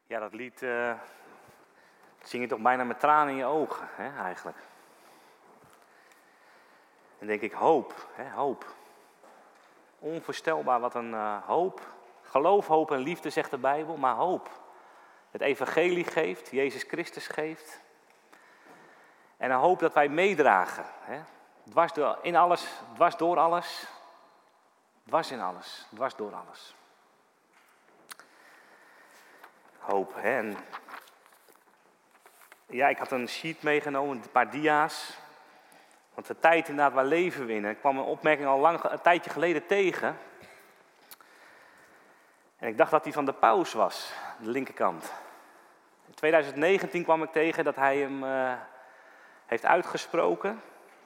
Ja, dat lied zing je toch bijna met tranen in je ogen, hè, eigenlijk. En denk ik, hoop, hè, hoop. Onvoorstelbaar wat een hoop. Geloof, hoop en liefde, zegt de Bijbel, maar hoop. Het evangelie geeft, Jezus Christus geeft. En een hoop dat wij meedragen. Hè. Dwars in alles, dwars door alles. Dwars in alles, dwars door alles. Hoop, hè. En ja, ik had een sheet meegenomen, een paar dia's. Want de tijd inderdaad, waar leven we in? Ik kwam een opmerking al een tijdje geleden tegen. En ik dacht dat die van de paus was, de linkerkant. In 2019 kwam ik tegen dat hij hem heeft uitgesproken.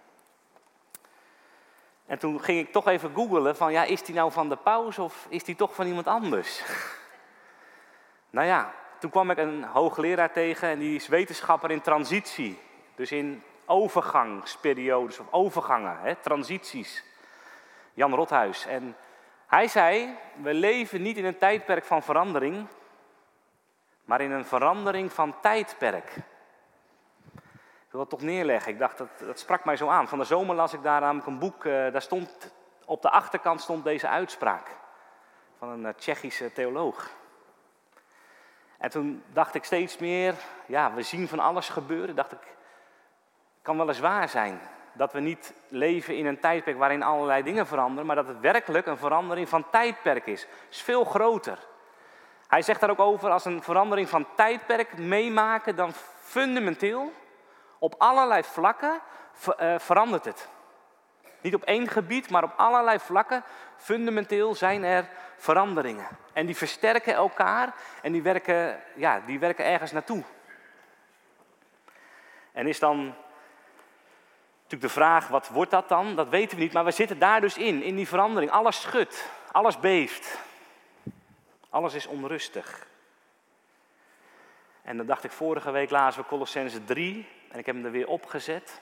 En toen ging ik toch even googlen van, ja, is die nou van de paus of is die toch van iemand anders? Nou ja, toen kwam ik een hoogleraar tegen en die is wetenschapper in transitie. Dus in overgangsperiodes of overgangen, hè, transities. Jan Rothuis. En hij zei, we leven niet in een tijdperk van verandering, maar in een verandering van tijdperk. Ik wil dat toch neerleggen. Ik dacht, dat sprak mij zo aan. Van de zomer las ik daar namelijk een boek, daar stond, op de achterkant stond deze uitspraak. Van een Tsjechische theoloog. En toen dacht ik steeds meer, ja, we zien van alles gebeuren. Dacht ik, kan wel eens waar zijn. Dat we niet leven in een tijdperk waarin allerlei dingen veranderen, maar dat het werkelijk een verandering van tijdperk is. Het is veel groter. Hij zegt daar ook over, als een verandering van tijdperk meemaken, dan fundamenteel, op allerlei vlakken verandert het. Niet op één gebied, maar op allerlei vlakken, fundamenteel zijn er veranderingen. En die versterken elkaar en die werken ergens naartoe. En is dan natuurlijk de vraag, wat wordt dat dan? Dat weten we niet, maar we zitten daar dus in die verandering. Alles schudt, alles beeft. Alles is onrustig. En dan dacht ik, vorige week lazen we Kolossenzen 3 en ik heb hem er weer opgezet.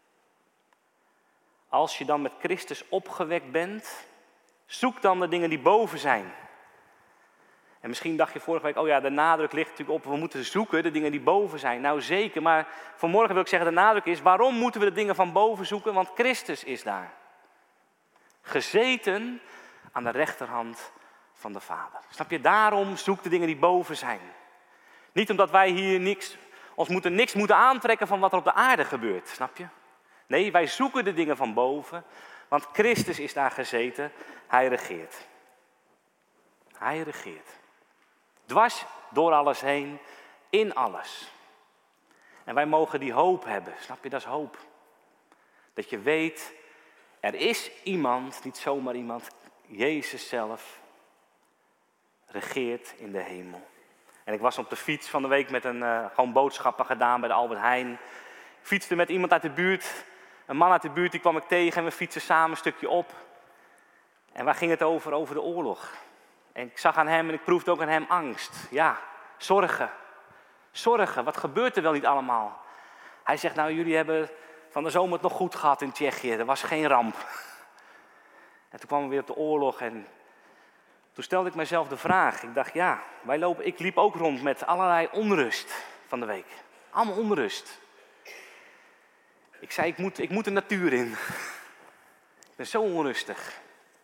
Als je dan met Christus opgewekt bent, zoek dan de dingen die boven zijn. En misschien dacht je vorige week, oh ja, de nadruk ligt natuurlijk op, we moeten zoeken de dingen die boven zijn. Nou zeker, maar vanmorgen wil ik zeggen, de nadruk is, waarom moeten we de dingen van boven zoeken? Want Christus is daar. Gezeten aan de rechterhand van de Vader. Snap je? Daarom zoek de dingen die boven zijn. Niet omdat wij hier niks moeten aantrekken van wat er op de aarde gebeurt. Snap je? Nee, wij zoeken de dingen van boven, want Christus is daar gezeten. Hij regeert. Hij regeert. Dwars door alles heen, in alles. En wij mogen die hoop hebben. Snap je? Dat is hoop. Dat je weet, er is iemand, niet zomaar iemand, Jezus zelf regeert in de hemel. En ik was op de fiets van de week met gewoon boodschappen gedaan bij de Albert Heijn. Ik fietste met iemand uit de buurt, een man uit de buurt, die kwam ik tegen en we fietsen samen een stukje op. En waar ging het over de oorlog? En ik zag aan hem en ik proefde ook aan hem angst. Ja, zorgen. Zorgen, wat gebeurt er wel niet allemaal? Hij zegt, nou jullie hebben van de zomer het nog goed gehad in Tsjechië, er was geen ramp. En toen kwamen we weer op de oorlog en toen stelde ik mezelf de vraag. Ik dacht, ja, ik liep ook rond met allerlei onrust van de week. Allemaal onrust. Ik zei, ik moet de natuur in. Ik ben zo onrustig.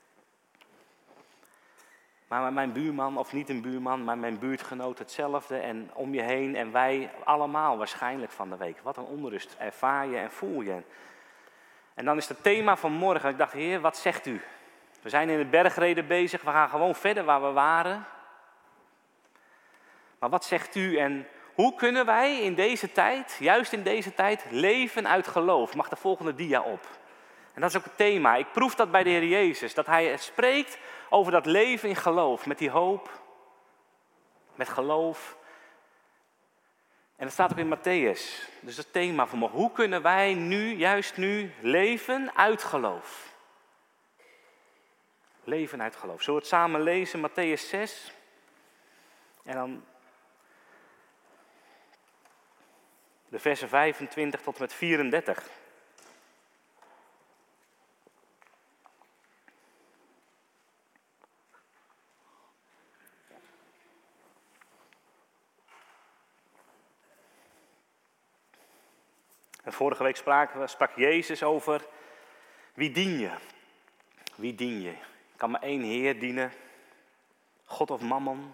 Maar mijn buurman, of niet een buurman, maar mijn buurtgenoot hetzelfde. En om je heen en wij allemaal waarschijnlijk van de week. Wat een onrust ervaar je en voel je. En dan is het thema van morgen. Ik dacht, Heer, wat zegt u? We zijn in de bergreden bezig, we gaan gewoon verder waar we waren. Maar wat zegt u en hoe kunnen wij in deze tijd, juist in deze tijd, leven uit geloof? Mag de volgende dia op. En dat is ook het thema. Ik proef dat bij de Heer Jezus, dat Hij spreekt over dat leven in geloof, met die hoop, met geloof. En dat staat ook in Matthäus. Dus het thema van morgen. Hoe kunnen wij nu, juist nu, leven uit geloof? Leven uit geloof. Zullen we het samen lezen, Matthäus 6. En dan de versen 25 tot en met 34. En vorige week sprak Jezus over wie dien je? Wie dien je? Je kan maar één Heer dienen. God of Mammon.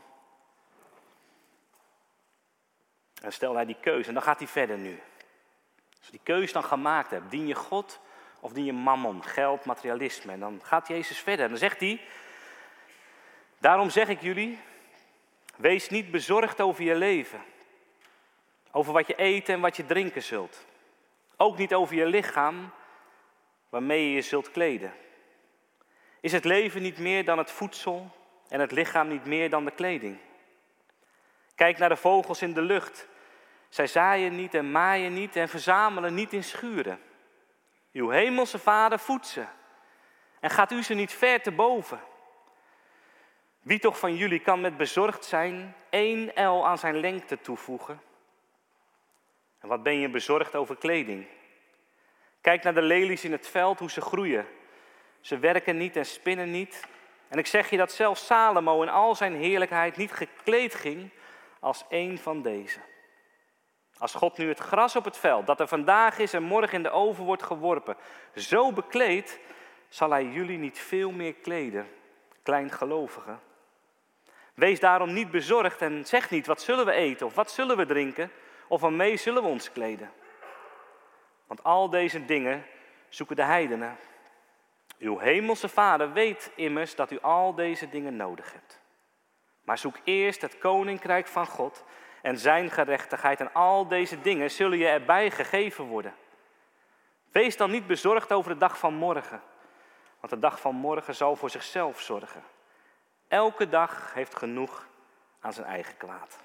En stel hij die keuze en dan gaat hij verder nu. Als je die keuze dan gemaakt hebt, dien je God of dien je Mammon, geld, materialisme. En dan gaat Jezus verder en dan zegt hij, daarom zeg ik jullie, wees niet bezorgd over je leven. Over wat je eten en wat je drinken zult. Ook niet over je lichaam, waarmee je je zult kleden. Is het leven niet meer dan het voedsel en het lichaam niet meer dan de kleding? Kijk naar de vogels in de lucht. Zij zaaien niet en maaien niet en verzamelen niet in schuren. Uw hemelse Vader voedt ze. En gaat u ze niet ver te boven? Wie toch van jullie kan met bezorgd zijn 1 el aan zijn lengte toevoegen? En wat ben je bezorgd over kleding? Kijk naar de lelies in het veld, hoe ze groeien. Ze werken niet en spinnen niet. En ik zeg je dat zelfs Salomo in al zijn heerlijkheid niet gekleed ging als één van deze. Als God nu het gras op het veld, dat er vandaag is en morgen in de oven wordt geworpen, zo bekleedt, zal hij jullie niet veel meer kleden, kleingelovigen. Wees daarom niet bezorgd en zeg niet, wat zullen we eten of wat zullen we drinken of waarmee zullen we ons kleden? Want al deze dingen zoeken de heidenen. Uw hemelse Vader weet immers dat u al deze dingen nodig hebt. Maar zoek eerst het koninkrijk van God en zijn gerechtigheid en al deze dingen zullen je erbij gegeven worden. Wees dan niet bezorgd over de dag van morgen, want de dag van morgen zal voor zichzelf zorgen. Elke dag heeft genoeg aan zijn eigen kwaad.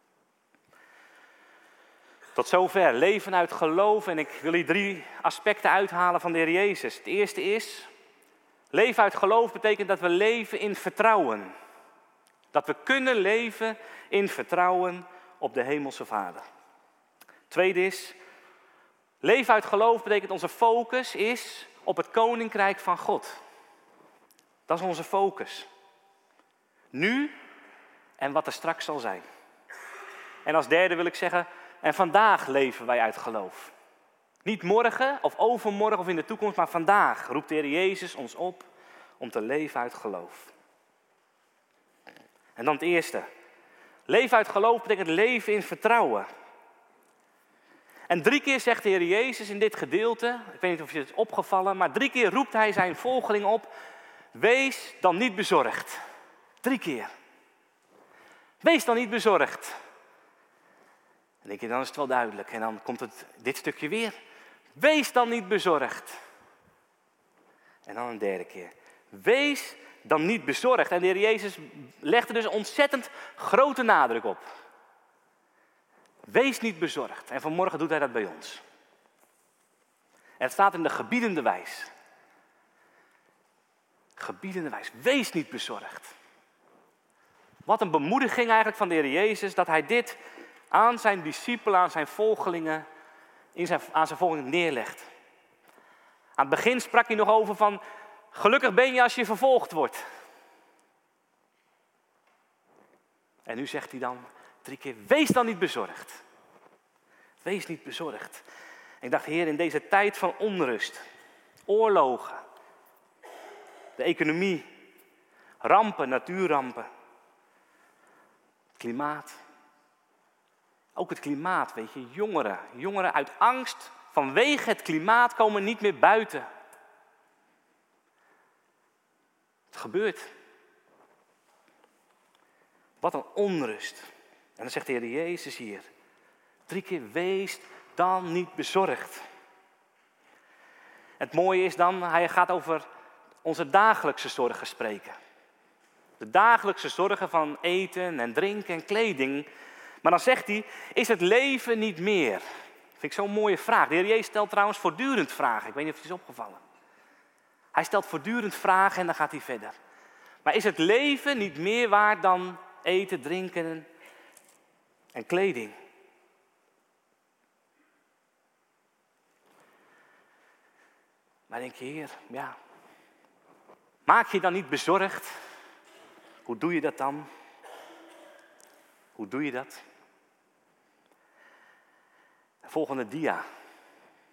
Tot zover, leven uit geloof. En ik wil hier 3 aspecten uithalen van de Heer Jezus. Het eerste is, leven uit geloof betekent dat we leven in vertrouwen. Dat we kunnen leven in vertrouwen op de Hemelse Vader. Tweede is, leven uit geloof betekent onze focus is op het Koninkrijk van God. Dat is onze focus. Nu en wat er straks zal zijn. En als derde wil ik zeggen, en vandaag leven wij uit geloof. Niet morgen of overmorgen of in de toekomst, maar vandaag roept de Heer Jezus ons op om te leven uit geloof. En dan het eerste. Leven uit geloof betekent leven in vertrouwen. En 3 keer zegt de Heer Jezus in dit gedeelte, ik weet niet of je het is opgevallen, maar 3 keer roept hij zijn volgeling op, wees dan niet bezorgd. 3 keer. Wees dan niet bezorgd. En denk je, dan is het wel duidelijk. En dan komt dit stukje weer. Wees dan niet bezorgd. En dan een 3e keer. Wees dan niet bezorgd. En de Heer Jezus legt er dus ontzettend grote nadruk op. Wees niet bezorgd. En vanmorgen doet hij dat bij ons. En het staat in de gebiedende wijs. Gebiedende wijs. Wees niet bezorgd. Wat een bemoediging eigenlijk van de Heer Jezus dat hij dit aan zijn discipelen, aan zijn volgelingen, aan zijn volgelingen neerlegt. Aan het begin sprak hij nog over van, gelukkig ben je als je vervolgd wordt. En nu zegt hij dan 3 keer, wees dan niet bezorgd. Wees niet bezorgd. En ik dacht, Heer, in deze tijd van onrust, oorlogen, de economie, rampen, natuurrampen, klimaat. Ook het klimaat, weet je, jongeren uit angst vanwege het klimaat komen niet meer buiten. Het gebeurt. Wat een onrust. En dan zegt de Heer Jezus hier, 3 keer, wees dan niet bezorgd. Het mooie is dan, hij gaat over onze dagelijkse zorgen spreken. De dagelijkse zorgen van eten en drinken en kleding. Maar dan zegt hij, is het leven niet meer? Dat vind ik zo'n mooie vraag. De Heer Jezus stelt trouwens voortdurend vragen. Ik weet niet of het is opgevallen. Hij stelt voortdurend vragen en dan gaat hij verder. Maar is het leven niet meer waard dan eten, drinken en kleding? Maar denk je, Heer, ja. Maak je dan niet bezorgd? Hoe doe je dat dan? Hoe doe je dat? De volgende dia.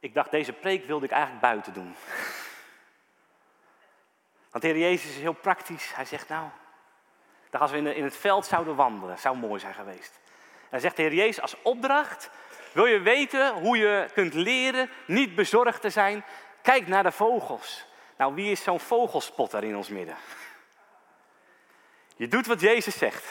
Ik dacht, deze preek wilde ik eigenlijk buiten doen. Want de Heer Jezus is heel praktisch. Hij zegt, nou, dat als we in het veld zouden wandelen, zou mooi zijn geweest. En dan zegt de Heer Jezus als opdracht, wil je weten hoe je kunt leren niet bezorgd te zijn? Kijk naar de vogels. Nou, wie is zo'n vogelspotter in ons midden? Je doet wat Jezus zegt.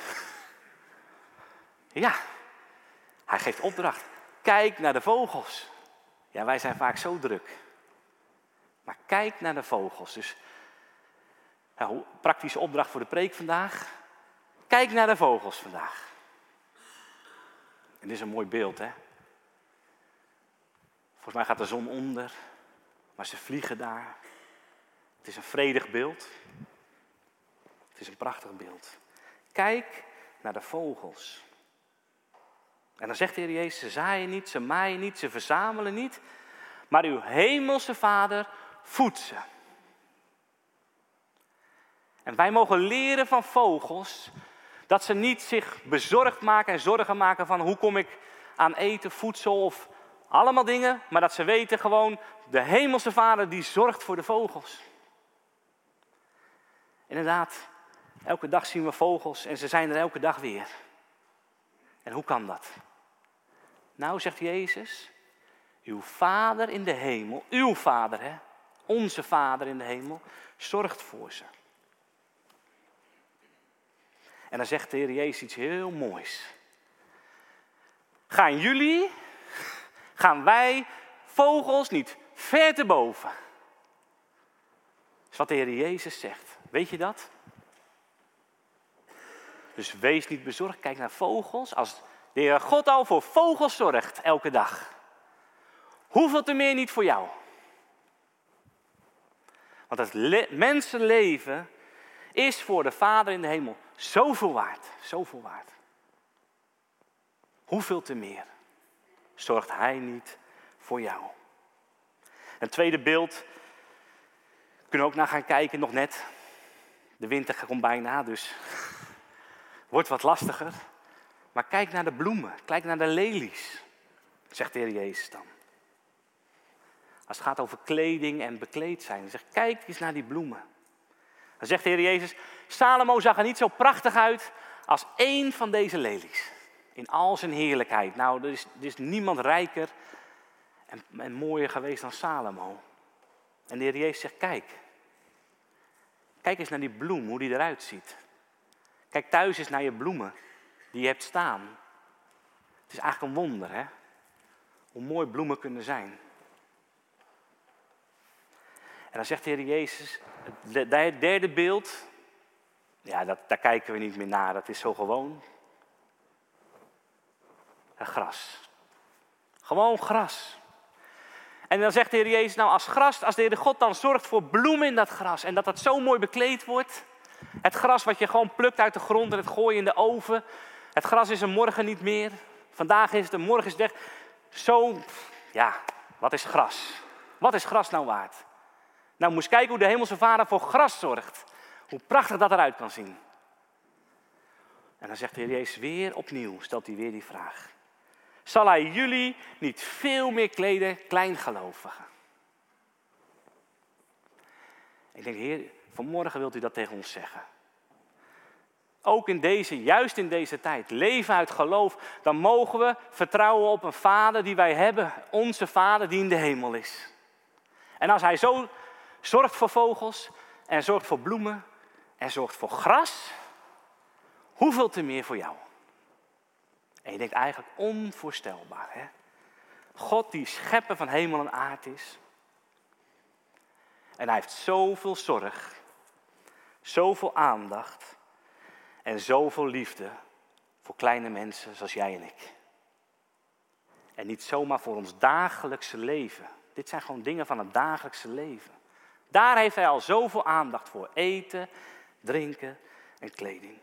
Ja, hij geeft opdracht. Kijk naar de vogels. Ja, wij zijn vaak zo druk. Maar kijk naar de vogels. Dus, nou, praktische opdracht voor de preek vandaag. Kijk naar de vogels vandaag. En dit is een mooi beeld, hè. Volgens mij gaat de zon onder. Maar ze vliegen daar. Het is een vredig beeld. Het is een prachtig beeld. Kijk naar de vogels. En dan zegt de Heer Jezus, ze zaaien niet, ze maaien niet, ze verzamelen niet. Maar uw hemelse Vader voedt ze. En wij mogen leren van vogels dat ze niet zich bezorgd maken en zorgen maken van hoe kom ik aan eten, voedsel of allemaal dingen. Maar dat ze weten gewoon, de hemelse Vader die zorgt voor de vogels. Inderdaad, elke dag zien we vogels en ze zijn er elke dag weer. En hoe kan dat? Nou, zegt Jezus, uw Vader in de hemel, uw Vader, hè, onze Vader in de hemel, zorgt voor ze. En dan zegt de Heer Jezus iets heel moois. Gaan wij vogels niet ver te boven? Dat is wat de Heer Jezus zegt. Weet je dat? Dus wees niet bezorgd. Kijk naar vogels. Als de Heer God al voor vogels zorgt elke dag. Hoeveel te meer niet voor jou? Want het mensenleven is voor de Vader in de hemel zoveel waard. Zoveel waard. Hoeveel te meer zorgt Hij niet voor jou? Een tweede beeld. Kunnen we ook naar gaan kijken, nog net. De winter komt bijna, dus wordt wat lastiger. Maar kijk naar de bloemen, kijk naar de lelies, zegt de Heer Jezus dan. Als het gaat over kleding en bekleed zijn, dan zegt kijk eens naar die bloemen. Dan zegt de Heer Jezus, Salomo zag er niet zo prachtig uit als één van deze lelies. In al zijn heerlijkheid. Nou, er is niemand rijker en mooier geweest dan Salomo. En de Heer Jezus zegt, kijk eens naar die bloem, hoe die eruit ziet. Kijk thuis eens naar je bloemen die je hebt staan. Het is eigenlijk een wonder, hè? Hoe mooi bloemen kunnen zijn. En dan zegt de Heer Jezus, het derde beeld, ja, daar kijken we niet meer naar, dat is zo gewoon. Het gras. Gewoon gras. En dan zegt de Heer Jezus, nou als de Heer God dan zorgt voor bloemen in dat gras en dat zo mooi bekleed wordt. Het gras wat je gewoon plukt uit de grond en het gooi je in de oven. Het gras is er morgen niet meer. Vandaag is het er, morgen is het weg. Zo, ja, wat is gras? Wat is gras nou waard? Nou, moest kijken hoe de Hemelse Vader voor gras zorgt. Hoe prachtig dat eruit kan zien. En dan zegt de Heer Jezus weer opnieuw, stelt hij weer die vraag. Zal Hij jullie niet veel meer kleden, kleingelovigen? Ik denk, Heer, vanmorgen wilt u dat tegen ons zeggen. Ook juist in deze tijd, leven uit geloof, dan mogen we vertrouwen op een Vader die wij hebben. Onze Vader die in de hemel is. En als Hij zo zorgt voor vogels en zorgt voor bloemen en zorgt voor gras, hoeveel te meer voor jou? En je denkt eigenlijk onvoorstelbaar, hè? God die schepper van hemel en aard is. En Hij heeft zoveel zorg, zoveel aandacht en zoveel liefde voor kleine mensen zoals jij en ik. En niet zomaar voor ons dagelijkse leven. Dit zijn gewoon dingen van het dagelijkse leven. Daar heeft Hij al zoveel aandacht voor. Eten, drinken en kleding.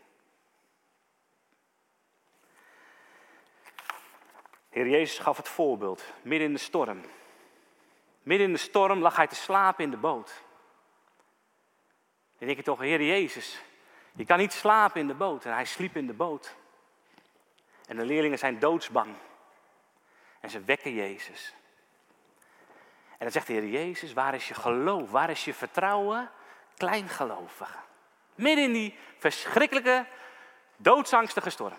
Heer Jezus gaf het voorbeeld, midden in de storm. Midden in de storm lag Hij te slapen in de boot. Dan denk je toch, Heer Jezus, je kan niet slapen in de boot. En Hij sliep in de boot. En de leerlingen zijn doodsbang. En ze wekken Jezus. En dan zegt de Heer Jezus, waar is je geloof? Waar is je vertrouwen? Kleingelovige. Midden in die verschrikkelijke, doodsangstige storm.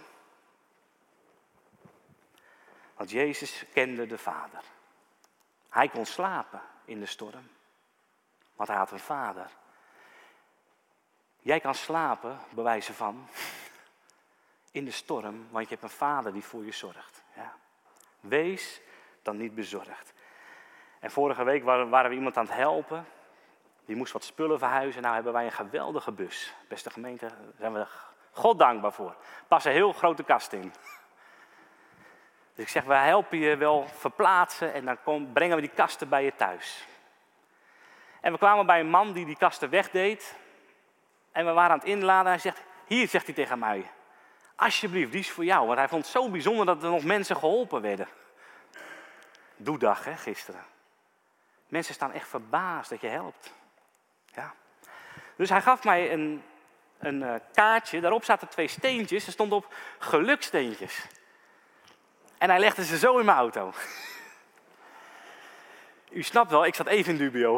Want Jezus kende de Vader. Hij kon slapen in de storm. Want hij had een Vader. Jij kan slapen, bij wijze van, in de storm, want je hebt een Vader die voor je zorgt. Ja. Wees dan niet bezorgd. En vorige week waren we iemand aan het helpen. Die moest wat spullen verhuizen. Nou hebben wij een geweldige bus. Beste gemeente, daar zijn we God dankbaar voor. Pas een heel grote kast in. Dus ik zeg, wij helpen je wel verplaatsen en dan brengen we die kasten bij je thuis. En we kwamen bij een man die kasten wegdeed. En we waren aan het inladen. Hij zegt, hier, zegt hij tegen mij. Alsjeblieft, die is voor jou. Want hij vond het zo bijzonder dat er nog mensen geholpen werden. Doedag, hè, gisteren. Mensen staan echt verbaasd dat je helpt. Ja. Dus hij gaf mij een kaartje. Daarop zaten 2 steentjes. Er stond op geluksteentjes. En hij legde ze zo in mijn auto. U snapt wel, ik zat even in dubio.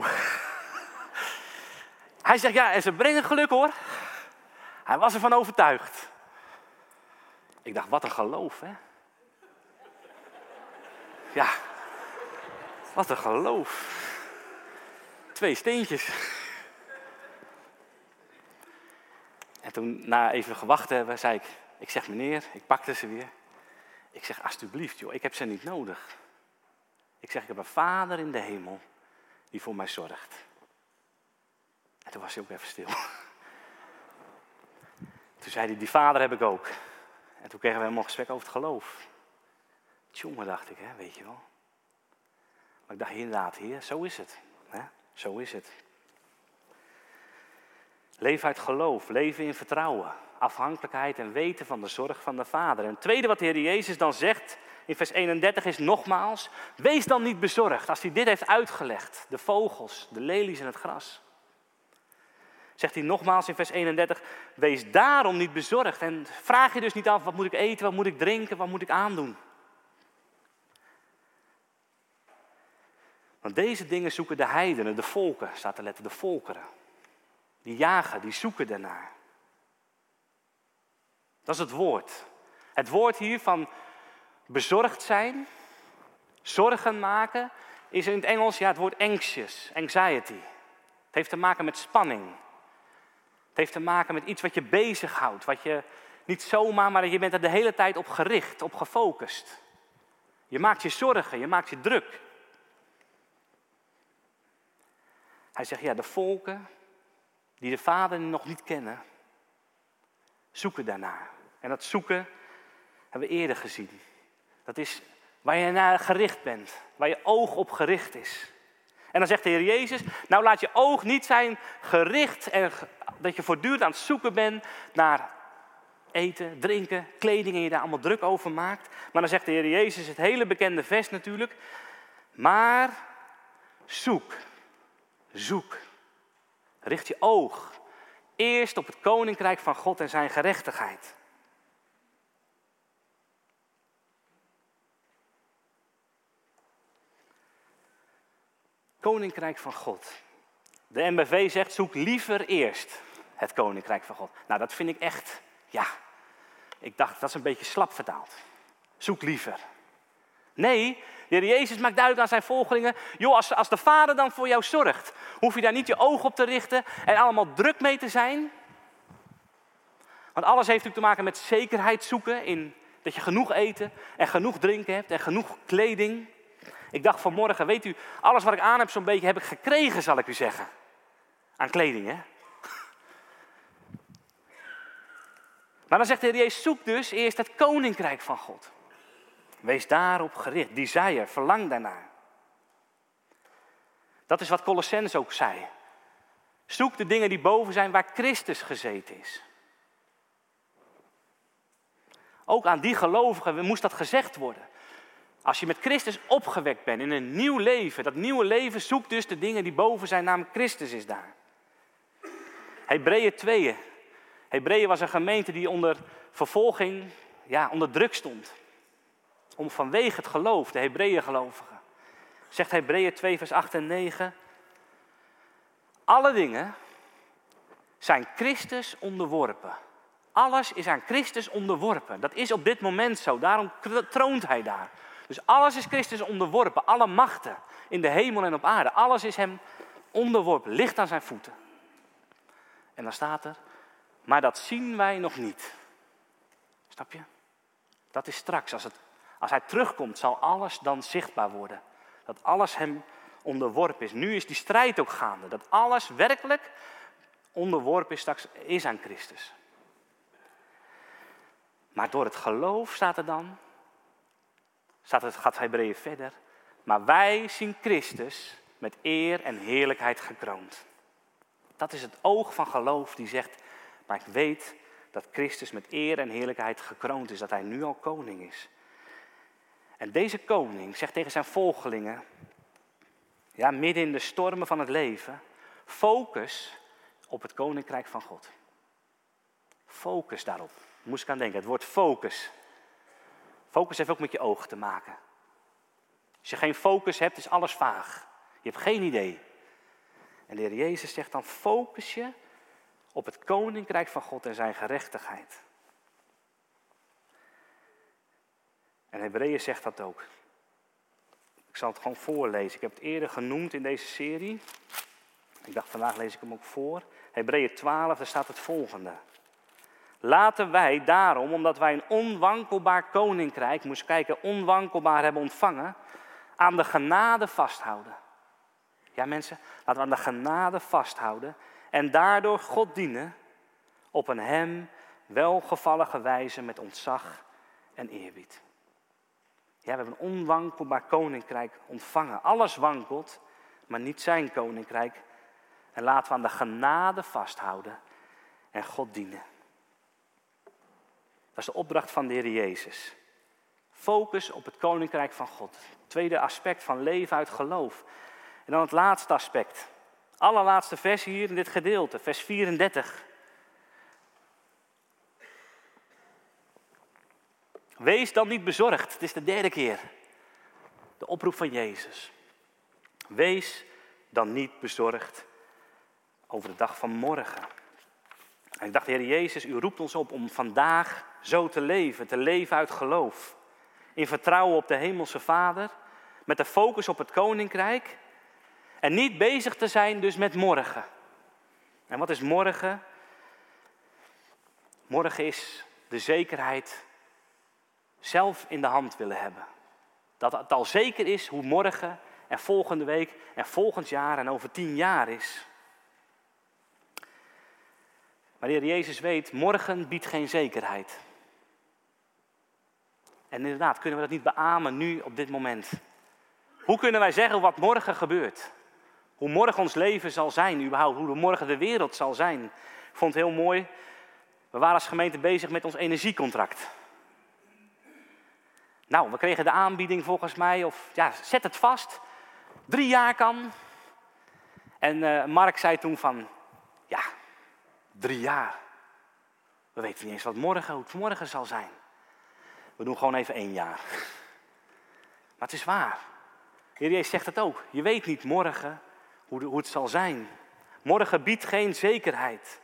Hij zegt, ja, en ze brengen geluk hoor. Hij was ervan overtuigd. Ik dacht, wat een geloof, hè? Ja, wat een geloof. 2 steentjes. En toen, na even gewacht te hebben, zei ik zeg meneer, ik pakte ze weer. Ik zeg, alsjeblieft joh, ik heb ze niet nodig. Ik zeg, ik heb een Vader in de hemel die voor mij zorgt. En toen was hij ook even stil. Toen zei hij, die Vader heb ik ook. En toen kregen we helemaal een gesprek over het geloof. Tjonge, dacht ik, hè, weet je wel. Maar ik dacht, inderdaad, Heer, zo is het. Hè? Zo is het. Leven uit geloof, leven in vertrouwen, afhankelijkheid en weten van de zorg van de Vader. En het tweede wat de Heer Jezus dan zegt in vers 31 is nogmaals, wees dan niet bezorgd. Als hij dit heeft uitgelegd, de vogels, de lelies en het gras. Zegt hij nogmaals in vers 31, wees daarom niet bezorgd. En vraag je dus niet af, wat moet ik eten, wat moet ik drinken, wat moet ik aandoen. Want deze dingen zoeken de heidenen, de volken, staat er letterlijk, de volkeren. Die jagen, die zoeken daarnaar. Dat is het woord. Het woord hier van bezorgd zijn, zorgen maken, is in het Engels het woord anxious, anxiety. Het heeft te maken met spanning. Het heeft te maken met iets wat je bezighoudt, wat je niet zomaar, maar je bent er de hele tijd op gericht, op gefocust. Je maakt je zorgen, je maakt je druk. Hij zegt, ja, de volken die de Vader nog niet kennen, zoeken daarnaar. En dat zoeken hebben we eerder gezien. Dat is waar je naar gericht bent, waar je oog op gericht is. En dan zegt de Heer Jezus, nou laat je oog niet zijn gericht en dat je voortdurend aan het zoeken bent naar eten, drinken, kleding en je daar allemaal druk over maakt. Maar dan zegt de Heer Jezus, het hele bekende vers natuurlijk, maar zoek, richt je oog eerst op het koninkrijk van God en zijn gerechtigheid. Koninkrijk van God. De NBV zegt, zoek liever eerst het koninkrijk van God. Nou, dat vind ik echt, ik dacht, dat is een beetje slap vertaald. Zoek liever. Nee, de Heer Jezus maakt duidelijk aan zijn volgelingen, joh, als de Vader dan voor jou zorgt, hoef je daar niet je oog op te richten en allemaal druk mee te zijn. Want alles heeft natuurlijk te maken met zekerheid zoeken, in dat je genoeg eten en genoeg drinken hebt en genoeg kleding. Ik dacht vanmorgen, weet u, alles wat ik aan heb zo'n beetje heb ik gekregen, zal ik u zeggen. Aan kleding, hè. Maar dan zegt de Heer Jezus, zoek dus eerst het koninkrijk van God. Wees daarop gericht, desire, verlang daarnaar. Dat is wat Colossenzen ook zei. Zoek de dingen die boven zijn waar Christus gezeten is. Ook aan die gelovigen moest dat gezegd worden. Als je met Christus opgewekt bent in een nieuw leven, dat nieuwe leven zoekt dus de dingen die boven zijn, namelijk Christus is daar. Hebreeën 2. Hebreeën was een gemeente die onder vervolging, onder druk stond. Vanwege het geloof, de Hebreeën gelovigen. Zegt Hebreeën 2 vers 8 en 9. Alle dingen zijn Christus onderworpen. Alles is aan Christus onderworpen. Dat is op dit moment zo. Daarom troont hij daar. Dus alles is Christus onderworpen. Alle machten in de hemel en op aarde. Alles is hem onderworpen. Ligt aan zijn voeten. En dan staat er. Maar dat zien wij nog niet. Snap je? Dat is straks. Als hij terugkomt zal alles dan zichtbaar worden. Dat alles hem onderworpen is. Nu is die strijd ook gaande. Dat alles werkelijk onderworpen is straks is aan Christus. Maar door het geloof staat er dan, gaat Hebreeën verder. Maar wij zien Christus met eer en heerlijkheid gekroond. Dat is het oog van geloof die zegt, maar ik weet dat Christus met eer en heerlijkheid gekroond is. Dat hij nu al koning is. En deze koning zegt tegen zijn volgelingen, ja, midden in de stormen van het leven, focus op het koninkrijk van God. Focus daarop. Moest ik aan denken, het woord focus. Focus heeft ook met je ogen te maken. Als je geen focus hebt, is alles vaag. Je hebt geen idee. En de Heer Jezus zegt dan, focus je op het koninkrijk van God en zijn gerechtigheid. En Hebreeën zegt dat ook. Ik zal het gewoon voorlezen. Ik heb het eerder genoemd in deze serie. Ik dacht, vandaag lees ik hem ook voor. Hebreeën 12, daar staat het volgende. Laten wij daarom, omdat wij een onwankelbaar koninkrijk, moest kijken, onwankelbaar hebben ontvangen, aan de genade vasthouden. Ja mensen, laten we aan de genade vasthouden en daardoor God dienen op een hem welgevallige wijze met ontzag en eerbied. Ja, we hebben een onwankelbaar koninkrijk ontvangen. Alles wankelt, maar niet zijn koninkrijk. En laten we aan de genade vasthouden en God dienen. Dat is de opdracht van de Heer Jezus. Focus op het koninkrijk van God. Tweede aspect van leven uit geloof. En dan het laatste aspect. Allerlaatste vers hier in dit gedeelte, vers 34. Wees dan niet bezorgd. Het is de derde keer. De oproep van Jezus. Wees dan niet bezorgd over de dag van morgen. En ik dacht, Heer Jezus, u roept ons op om vandaag zo te leven uit geloof. In vertrouwen op de hemelse Vader, met de focus op het koninkrijk. En niet bezig te zijn dus met morgen. En wat is morgen? Morgen is de zekerheid zelf in de hand willen hebben. Dat het al zeker is hoe morgen en volgende week en volgend jaar en over 10 jaar is. Maar de Heer Jezus weet, morgen biedt geen zekerheid. En inderdaad, kunnen we dat niet beamen nu op dit moment. Hoe kunnen wij zeggen wat morgen gebeurt? Hoe morgen ons leven zal zijn überhaupt, hoe morgen de wereld zal zijn. Ik vond het heel mooi, we waren als gemeente bezig met ons energiecontract. Nou, we kregen de aanbieding volgens mij, of ja, zet het vast. 3 jaar kan. En Mark zei toen van, ja, 3 jaar. We weten niet eens hoe het morgen zal zijn. We doen gewoon even 1 jaar. Maar het is waar. De Heer Jezus zegt het ook. Je weet niet morgen hoe het zal zijn. Morgen biedt geen zekerheid.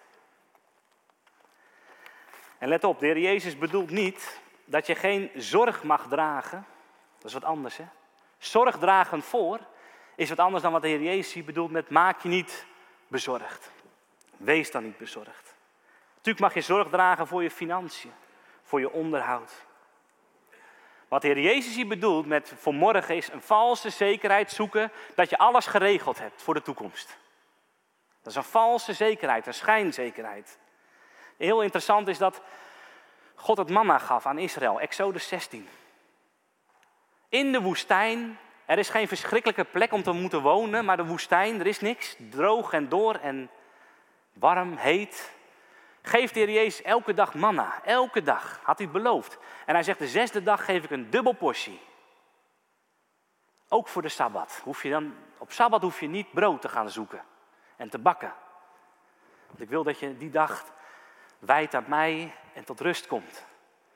En let op, de Heer Jezus bedoelt niet dat je geen zorg mag dragen. Dat is wat anders, hè. Zorg dragen voor is wat anders dan wat de Heer Jezus hier bedoelt met maak je niet bezorgd. Wees dan niet bezorgd. Natuurlijk mag je zorg dragen voor je financiën, voor je onderhoud. Wat de Heer Jezus hier bedoelt met voor morgen is een valse zekerheid zoeken dat je alles geregeld hebt voor de toekomst. Dat is een valse zekerheid, een schijnzekerheid. Heel interessant is dat God het manna gaf aan Israël, Exodus 16. In de woestijn, er is geen verschrikkelijke plek om te moeten wonen, maar de woestijn, er is niks, droog en door en warm, heet. Geeft de Heer Jezus elke dag manna, elke dag, had hij beloofd. En hij zegt, de 6e dag geef ik een dubbel portie. Ook voor de Sabbat. Op Sabbat hoef je niet brood te gaan zoeken en te bakken. Want ik wil dat je die dag wijdt aan mij en tot rust komt.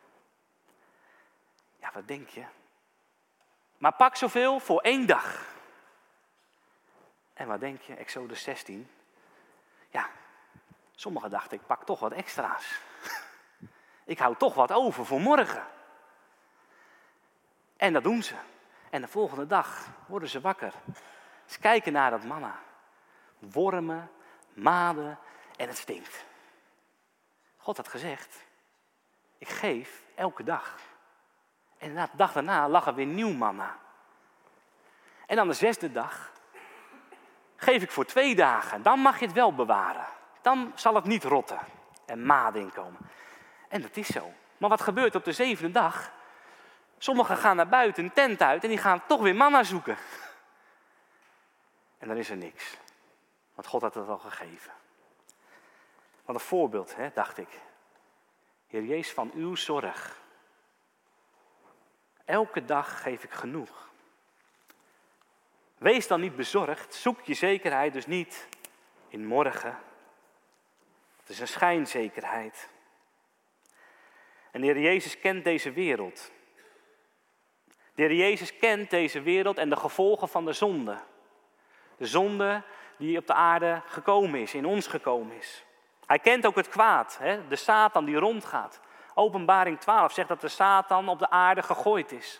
Ja, wat denk je? Maar pak zoveel voor 1 dag. En wat denk je? Exodus 16. Ja, sommigen dachten, ik pak toch wat extra's. Ik hou toch wat over voor morgen. En dat doen ze. En de volgende dag worden ze wakker. Ze kijken naar dat manna. Wormen, maden en het stinkt. God had gezegd, ik geef elke dag. En de dag daarna lag er weer nieuw manna. En dan de 6e dag geef ik voor 2 dagen. Dan mag je het wel bewaren. Dan zal het niet rotten en maden inkomen. En dat is zo. Maar wat gebeurt op de 7e dag? Sommigen gaan naar buiten, een tent uit en die gaan toch weer manna zoeken. En dan is er niks. Want God had het al gegeven. Wat een voorbeeld, dacht ik. Heer Jezus, van uw zorg. Elke dag geef ik genoeg. Wees dan niet bezorgd. Zoek je zekerheid dus niet in morgen. Het is een schijnzekerheid. En de Heer Jezus kent deze wereld. De Heer Jezus kent deze wereld en de gevolgen van de zonde. De zonde die op de aarde gekomen is, in ons gekomen is. Hij kent ook het kwaad, de Satan die rondgaat. Openbaring 12 zegt dat de Satan op de aarde gegooid is.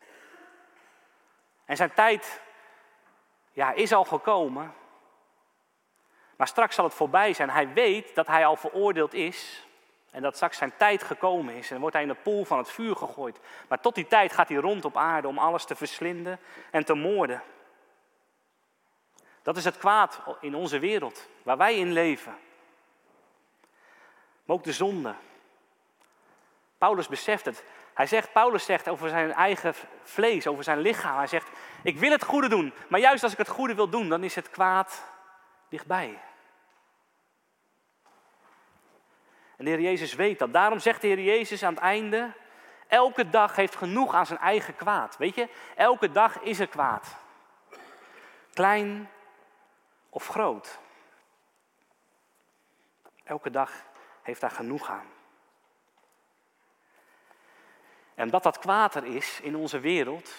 En zijn tijd is al gekomen. Maar straks zal het voorbij zijn. Hij weet dat hij al veroordeeld is. En dat straks zijn tijd gekomen is. En dan wordt hij in de poel van het vuur gegooid. Maar tot die tijd gaat hij rond op aarde om alles te verslinden en te moorden. Dat is het kwaad in onze wereld, waar wij in leven. Maar ook de zonde. Paulus beseft het. Paulus zegt over zijn eigen vlees, over zijn lichaam. Hij zegt, ik wil het goede doen. Maar juist als ik het goede wil doen, dan is het kwaad dichtbij. En de Heer Jezus weet dat. Daarom zegt de Heer Jezus aan het einde, elke dag heeft genoeg aan zijn eigen kwaad. Weet je, elke dag is er kwaad. Klein of groot. Elke dag heeft daar genoeg aan. En omdat dat kwaad er is in onze wereld,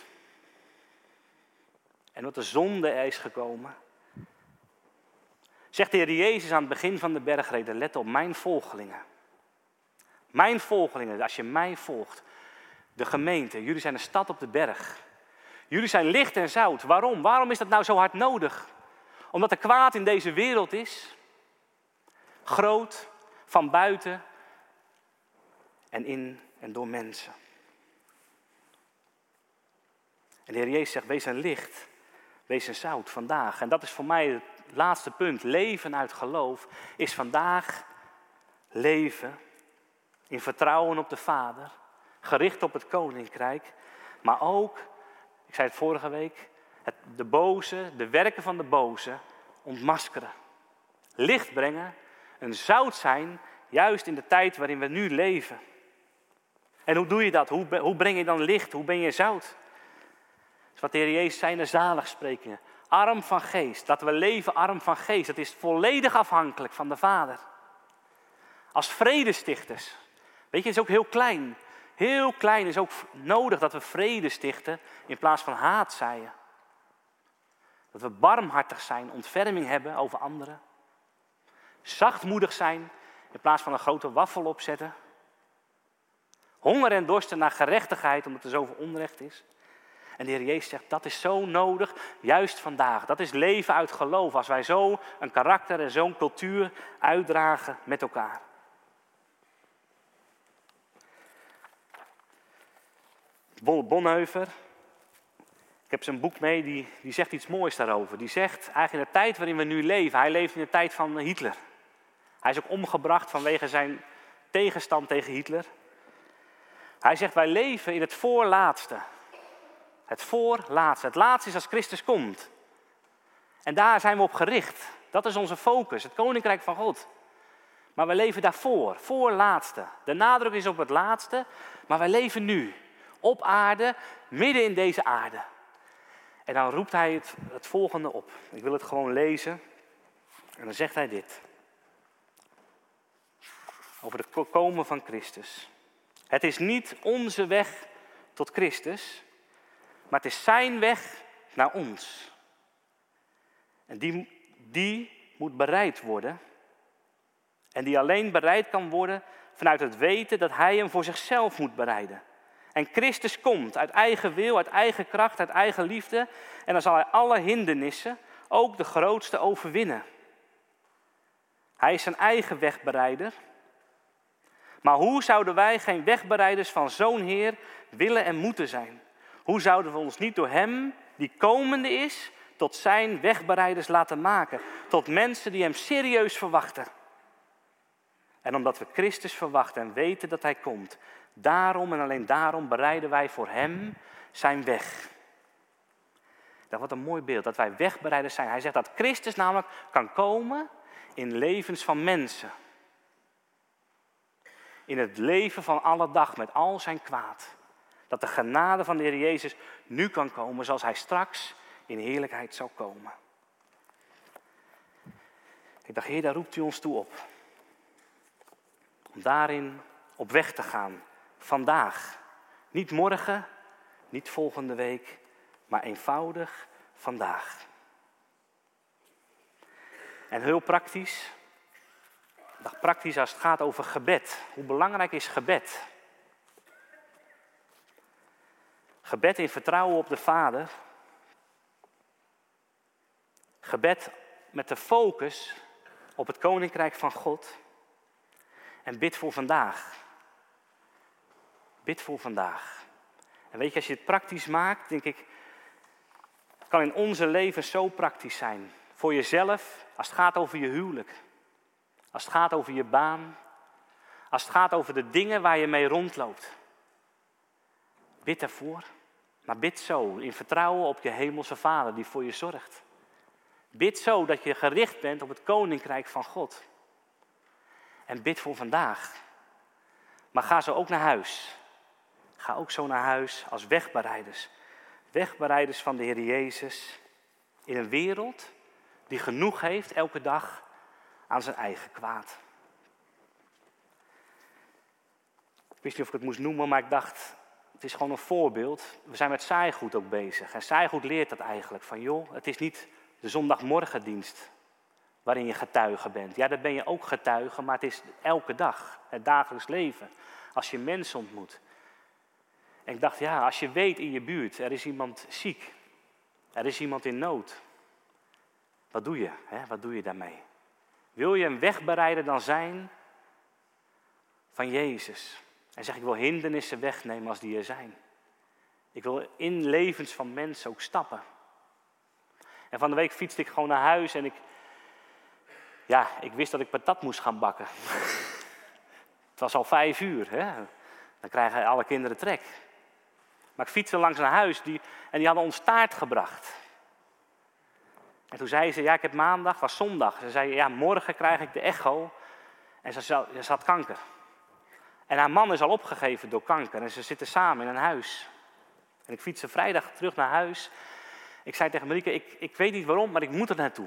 en dat de zonde er is gekomen, zegt de Heer Jezus aan het begin van de bergreden, let op, mijn volgelingen. Mijn volgelingen, als je mij volgt, de gemeente, jullie zijn een stad op de berg. Jullie zijn licht en zout. Waarom? Waarom is dat nou zo hard nodig? Omdat er kwaad in deze wereld is. Groot, van buiten en in en door mensen. En de Heer Jezus zegt, wees een licht, wees een zout vandaag. En dat is voor mij het laatste punt. Leven uit geloof is vandaag leven in vertrouwen op de Vader. Gericht op het Koninkrijk. Maar ook, ik zei het vorige week, de boze, de werken van de boze ontmaskeren. Licht brengen, een zout zijn, juist in de tijd waarin we nu leven. En hoe doe je dat? Hoe breng je dan licht? Hoe ben je zout? Dat is wat de Heer Jezus zei in de zaligsprekingen. Arm van geest, dat we leven arm van geest. Dat is volledig afhankelijk van de Vader. Als vredestichters. Weet je, het is ook heel klein. Heel klein is ook nodig dat we vrede stichten in plaats van haat zaaien. Dat we barmhartig zijn, ontferming hebben over anderen. Zachtmoedig zijn in plaats van een grote waffel opzetten. Honger en dorsten naar gerechtigheid omdat er zoveel onrecht is. En de Heer Jezus zegt, dat is zo nodig, juist vandaag. Dat is leven uit geloof, als wij zo een karakter en zo'n cultuur uitdragen met elkaar. Bonhoeffer, ik heb zijn boek mee, die zegt iets moois daarover. Die zegt, eigenlijk in de tijd waarin we nu leven, hij leeft in de tijd van Hitler. Hij is ook omgebracht vanwege zijn tegenstand tegen Hitler. Hij zegt, wij leven in het voorlaatste. Het voorlaatste. Het laatste is als Christus komt. En daar zijn we op gericht. Dat is onze focus, het Koninkrijk van God. Maar we leven daarvoor, voorlaatste. De nadruk is op het laatste, maar wij leven nu. Op aarde, midden in deze aarde. En dan roept hij het volgende op. Ik wil het gewoon lezen. En dan zegt hij dit. Over het komen van Christus. Het is niet onze weg tot Christus, maar het is zijn weg naar ons. En die moet bereid worden. En die alleen bereid kan worden vanuit het weten dat hij hem voor zichzelf moet bereiden. En Christus komt uit eigen wil, uit eigen kracht, uit eigen liefde. En dan zal hij alle hindernissen, ook de grootste, overwinnen. Hij is zijn eigen wegbereider. Maar hoe zouden wij geen wegbereiders van zo'n Heer willen en moeten zijn? Hoe zouden we ons niet door hem, die komende is, tot zijn wegbereiders laten maken? Tot mensen die hem serieus verwachten. En omdat we Christus verwachten en weten dat hij komt, daarom en alleen daarom bereiden wij voor hem zijn weg. Dat wordt een mooi beeld, dat wij wegbereiders zijn. Hij zegt dat Christus namelijk kan komen in levens van mensen. In het leven van alle dag met al zijn kwaad. Dat de genade van de Heer Jezus nu kan komen zoals hij straks in heerlijkheid zal komen. Ik dacht, Heer, daar roept u ons toe op. Om daarin op weg te gaan. Vandaag. Niet morgen, niet volgende week, maar eenvoudig vandaag. En heel praktisch. Ik dacht praktisch als het gaat over gebed. Hoe belangrijk is gebed? Gebed in vertrouwen op de Vader. Gebed met de focus op het Koninkrijk van God. En bid voor vandaag. Bid voor vandaag. En weet je, als je het praktisch maakt, denk ik, het kan in onze leven zo praktisch zijn. Voor jezelf, als het gaat over je huwelijk. Als het gaat over je baan. Als het gaat over de dingen waar je mee rondloopt. Bid daarvoor. Maar bid zo, in vertrouwen op je hemelse Vader die voor je zorgt. Bid zo dat je gericht bent op het Koninkrijk van God. En bid voor vandaag. Maar ga zo ook naar huis. Ga ook zo naar huis als wegbereiders. Wegbereiders van de Heer Jezus. In een wereld die genoeg heeft elke dag aan zijn eigen kwaad. Ik wist niet of ik het moest noemen, maar ik dacht, het is gewoon een voorbeeld. We zijn met saaigoed ook bezig. En saaigoed leert dat eigenlijk. Van joh, het is niet de zondagmorgendienst waarin je getuige bent. Ja, daar ben je ook getuige, maar het is elke dag. Het dagelijks leven. Als je mensen ontmoet. En ik dacht, ja, als je weet in je buurt, er is iemand ziek. Er is iemand in nood. Wat doe je? Hè? Wat doe je daarmee? Wil je een wegbereider dan zijn van Jezus? En zeg, ik wil hindernissen wegnemen als die er zijn. Ik wil in levens van mensen ook stappen. En van de week fietste ik gewoon naar huis en ik wist dat ik patat moest gaan bakken. Het was al 5:00, hè? Dan krijgen alle kinderen trek. Maar ik fietste langs een huis en die hadden ons taart gebracht. En toen zei ze, ja, ik heb maandag, het was zondag. Ze zei, ja, morgen krijg ik de echo. En ze had kanker. En haar man is al opgegeven door kanker. En ze zitten samen in een huis. En ik fietste vrijdag terug naar huis. Ik zei tegen Marieke, ik weet niet waarom, maar ik moet er naartoe.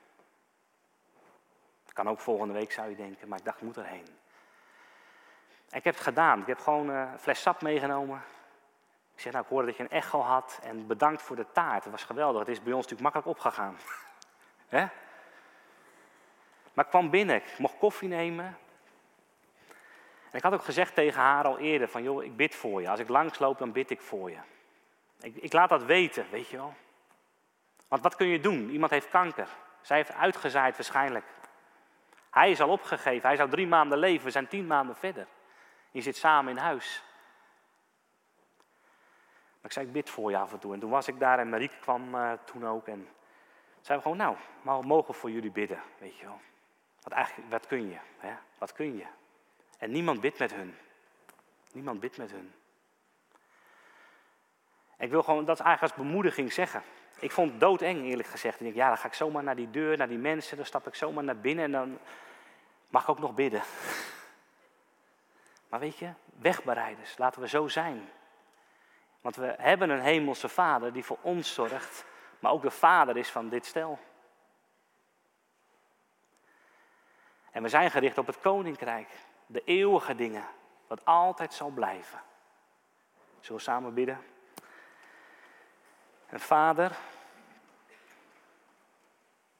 Kan ook volgende week, zou je denken. Maar ik dacht, ik moet erheen. En ik heb het gedaan. Ik heb gewoon een fles sap meegenomen. Ik zeg, nou, ik hoorde dat je een echo had. En bedankt voor de taart. Het was geweldig. Het is bij ons natuurlijk makkelijk opgegaan. Hè? Maar ik kwam binnen. Ik mocht koffie nemen. En ik had ook gezegd tegen haar al eerder van, joh, ik bid voor je. Als ik langsloop, dan bid ik voor je. Ik laat dat weten, weet je wel. Want wat kun je doen? Iemand heeft kanker. Zij heeft uitgezaaid waarschijnlijk. Hij is al opgegeven. Hij zou 3 maanden leven. We zijn 10 maanden verder. Je zit samen in huis. Maar ik zei, ik bid voor je af en toe. En toen was ik daar en Marieke kwam toen ook. En zeiden we gewoon, nou, mogen we voor jullie bidden, weet je wel. Want eigenlijk, wat kun je? Hè? Wat kun je? En niemand bidt met hun. Niemand bidt met hun. En ik wil gewoon dat eigenlijk als bemoediging zeggen. Ik vond het doodeng, eerlijk gezegd. En ik dacht, dan ga ik zomaar naar die deur, naar die mensen. Dan stap ik zomaar naar binnen en dan mag ik ook nog bidden. Maar weet je, wegbereiders, laten we zo zijn. Want we hebben een hemelse Vader die voor ons zorgt, maar ook de vader is van dit stel. En we zijn gericht op het koninkrijk, de eeuwige dingen, wat altijd zal blijven. Zullen we samen bidden? En Vader,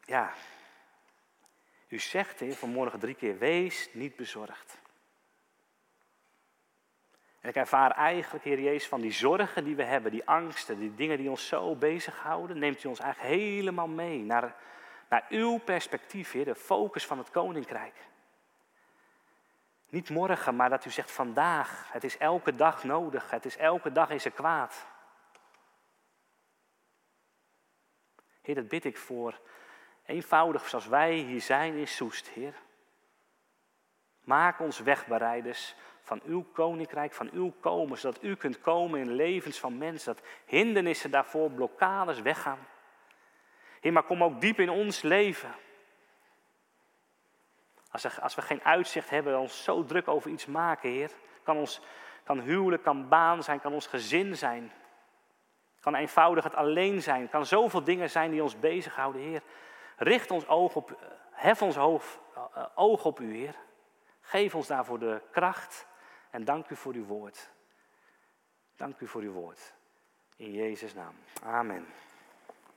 ja, u zegt, Heer, vanmorgen 3 keer, wees niet bezorgd. En ik ervaar eigenlijk, Heer Jezus, van die zorgen die we hebben, die angsten, die dingen die ons zo bezighouden, neemt u ons eigenlijk helemaal mee naar uw perspectief, Heer, de focus van het koninkrijk. Niet morgen, maar dat u zegt vandaag. Het is elke dag nodig. Het is elke dag is er kwaad. Heer, dat bid ik voor eenvoudig zoals wij hier zijn in Soest, Heer. Maak ons wegbereiders van uw koninkrijk, van uw komen, zodat u kunt komen in levens van mensen. Dat hindernissen daarvoor, blokkades weggaan. Heer, maar kom ook diep in ons leven. Als we geen uitzicht hebben, ons zo druk over iets maken, Heer. Kan huwelijk, kan baan zijn, kan ons gezin zijn. Kan eenvoudig het alleen zijn. Kan zoveel dingen zijn die ons bezighouden, Heer. Richt ons oog op, hef ons oog op u, Heer. Geef ons daarvoor de kracht en dank u voor uw woord. Dank u voor uw woord. In Jezus' naam. Amen.